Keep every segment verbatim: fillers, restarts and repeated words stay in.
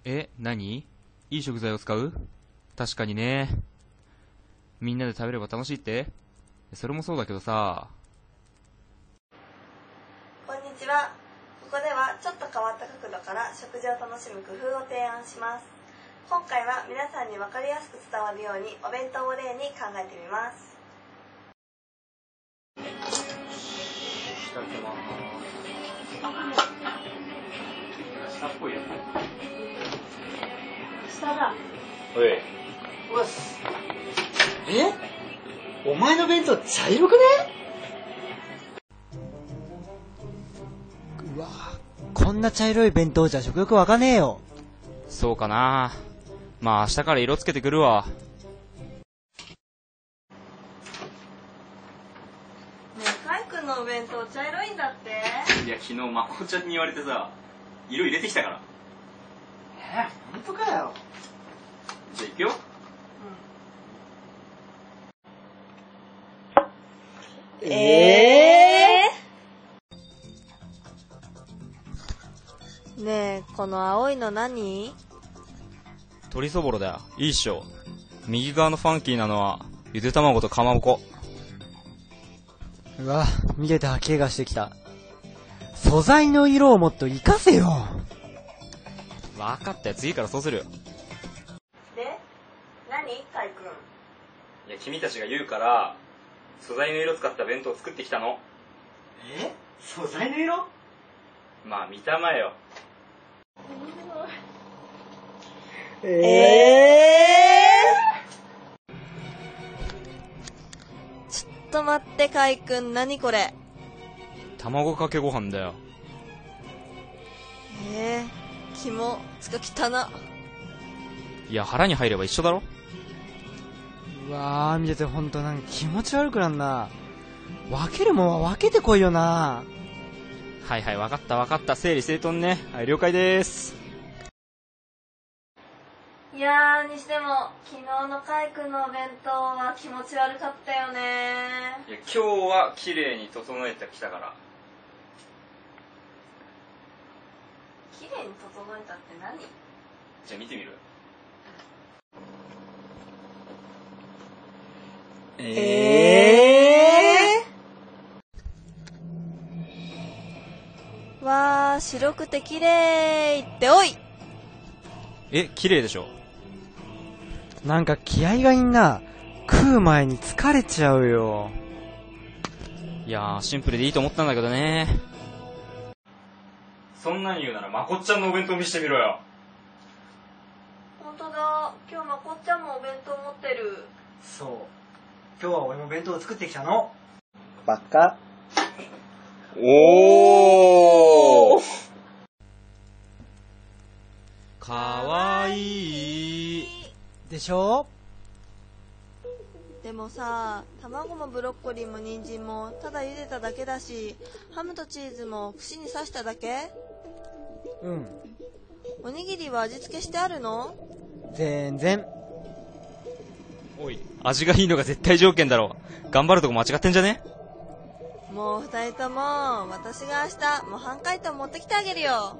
え、何？いい食材を使う？確かにね。みんなで食べれば楽しいって？それもそうだけどさ。 こんにちは。ここではちょっと変わった角度から食事を楽しむ工夫を提案します。今回は皆さんに分かりやすく伝わるようにお弁当を例に考えてみます。 いただきます。下っぽいやつ。 下だ。 おい。 うわっす。え？お前の弁当茶色くね？うわぁ、こんな茶色い弁当じゃ食欲わかねえよ。 そうかな。まあ明日から色つけてくるわ。 ねえ、カイ君のお弁当茶色いんだって。 いや、昨日まこちゃんに言われてさ、色入れてきたから。 えー、ほんとかよ。 じゃあ行くよ。 うん、えー、ねえ、この青いの何？ 鶏そぼろだよ。いいっしょ。右側のファンキーなのはゆで卵とかまぼこ。 うわ、見てて吐き気がしてきた。素材の色をもっと活かせよ。 わかったよ、次からそうするよ。 で、何カイ君？ いや、君たちが言うから素材の色使った弁当を作ってきたの。 え？素材の色？ まあ見たまえよ。 えー、ちょっと待ってカイ君、何これ？ 卵かけご飯だよ。 えー、キモつか汚な。 いや、腹に入れば一緒だろ。 うわー、見ててほんとなんか気持ち悪くなんな。分けるもんは分けてこいよな。 はいはい、わかったわかった。整理整頓ね。はい、了解でーす。 いやー、にしても昨日のカイ君のお弁当は気持ち悪かったよね。 いや、今日は綺麗に整えてきたから。 綺麗に整えたって何？ じゃあ見てみる？ えー、わー、白くて綺麗っておい。 え、綺麗でしょ。 なんか気合がいんな。食う前に疲れちゃうよ。 いやー、シンプルでいいと思ったんだけどね。そんなに言うならまこっちゃんのお弁当見してみろよ。 ほんとだ、今日まこっちゃんもお弁当持ってる。 そう、今日は俺も弁当を作ってきたの。バカ。 おー、かわいいでしょ。 でもさ、卵もブロッコリーも人参もただ茹でただけだし、ハムとチーズも串に刺しただけ？ うん。 おにぎりは味付けしてあるの？ 全然。 おい、味がいいのが絶対条件だろう。頑張るとこ間違ってんじゃね？ もう二人とも、私が明日模範解答持ってきてあげるよ。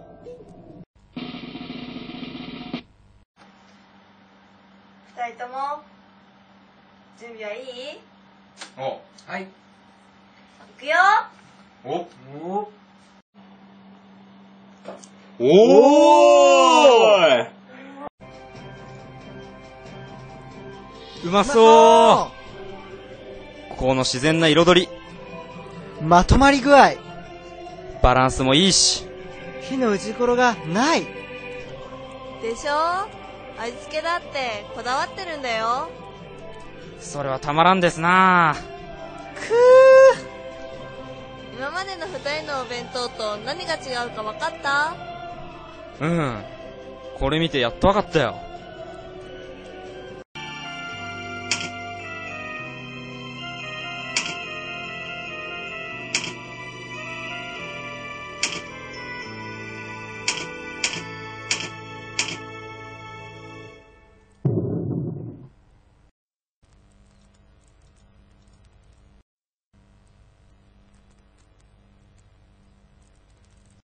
二人とも準備はいい？ お、 はい。 いくよ。 おおおーい、うまそう。この自然な彩り、 まとまり具合、 バランスもいいし、 火の打ちどころがない。 でしょ？味付けだってこだわってるんだよ。 それはたまらんですな。 くー。 今までの二人のお弁当と何が違うか分かった？ うん、これ見てやっとわかったよ。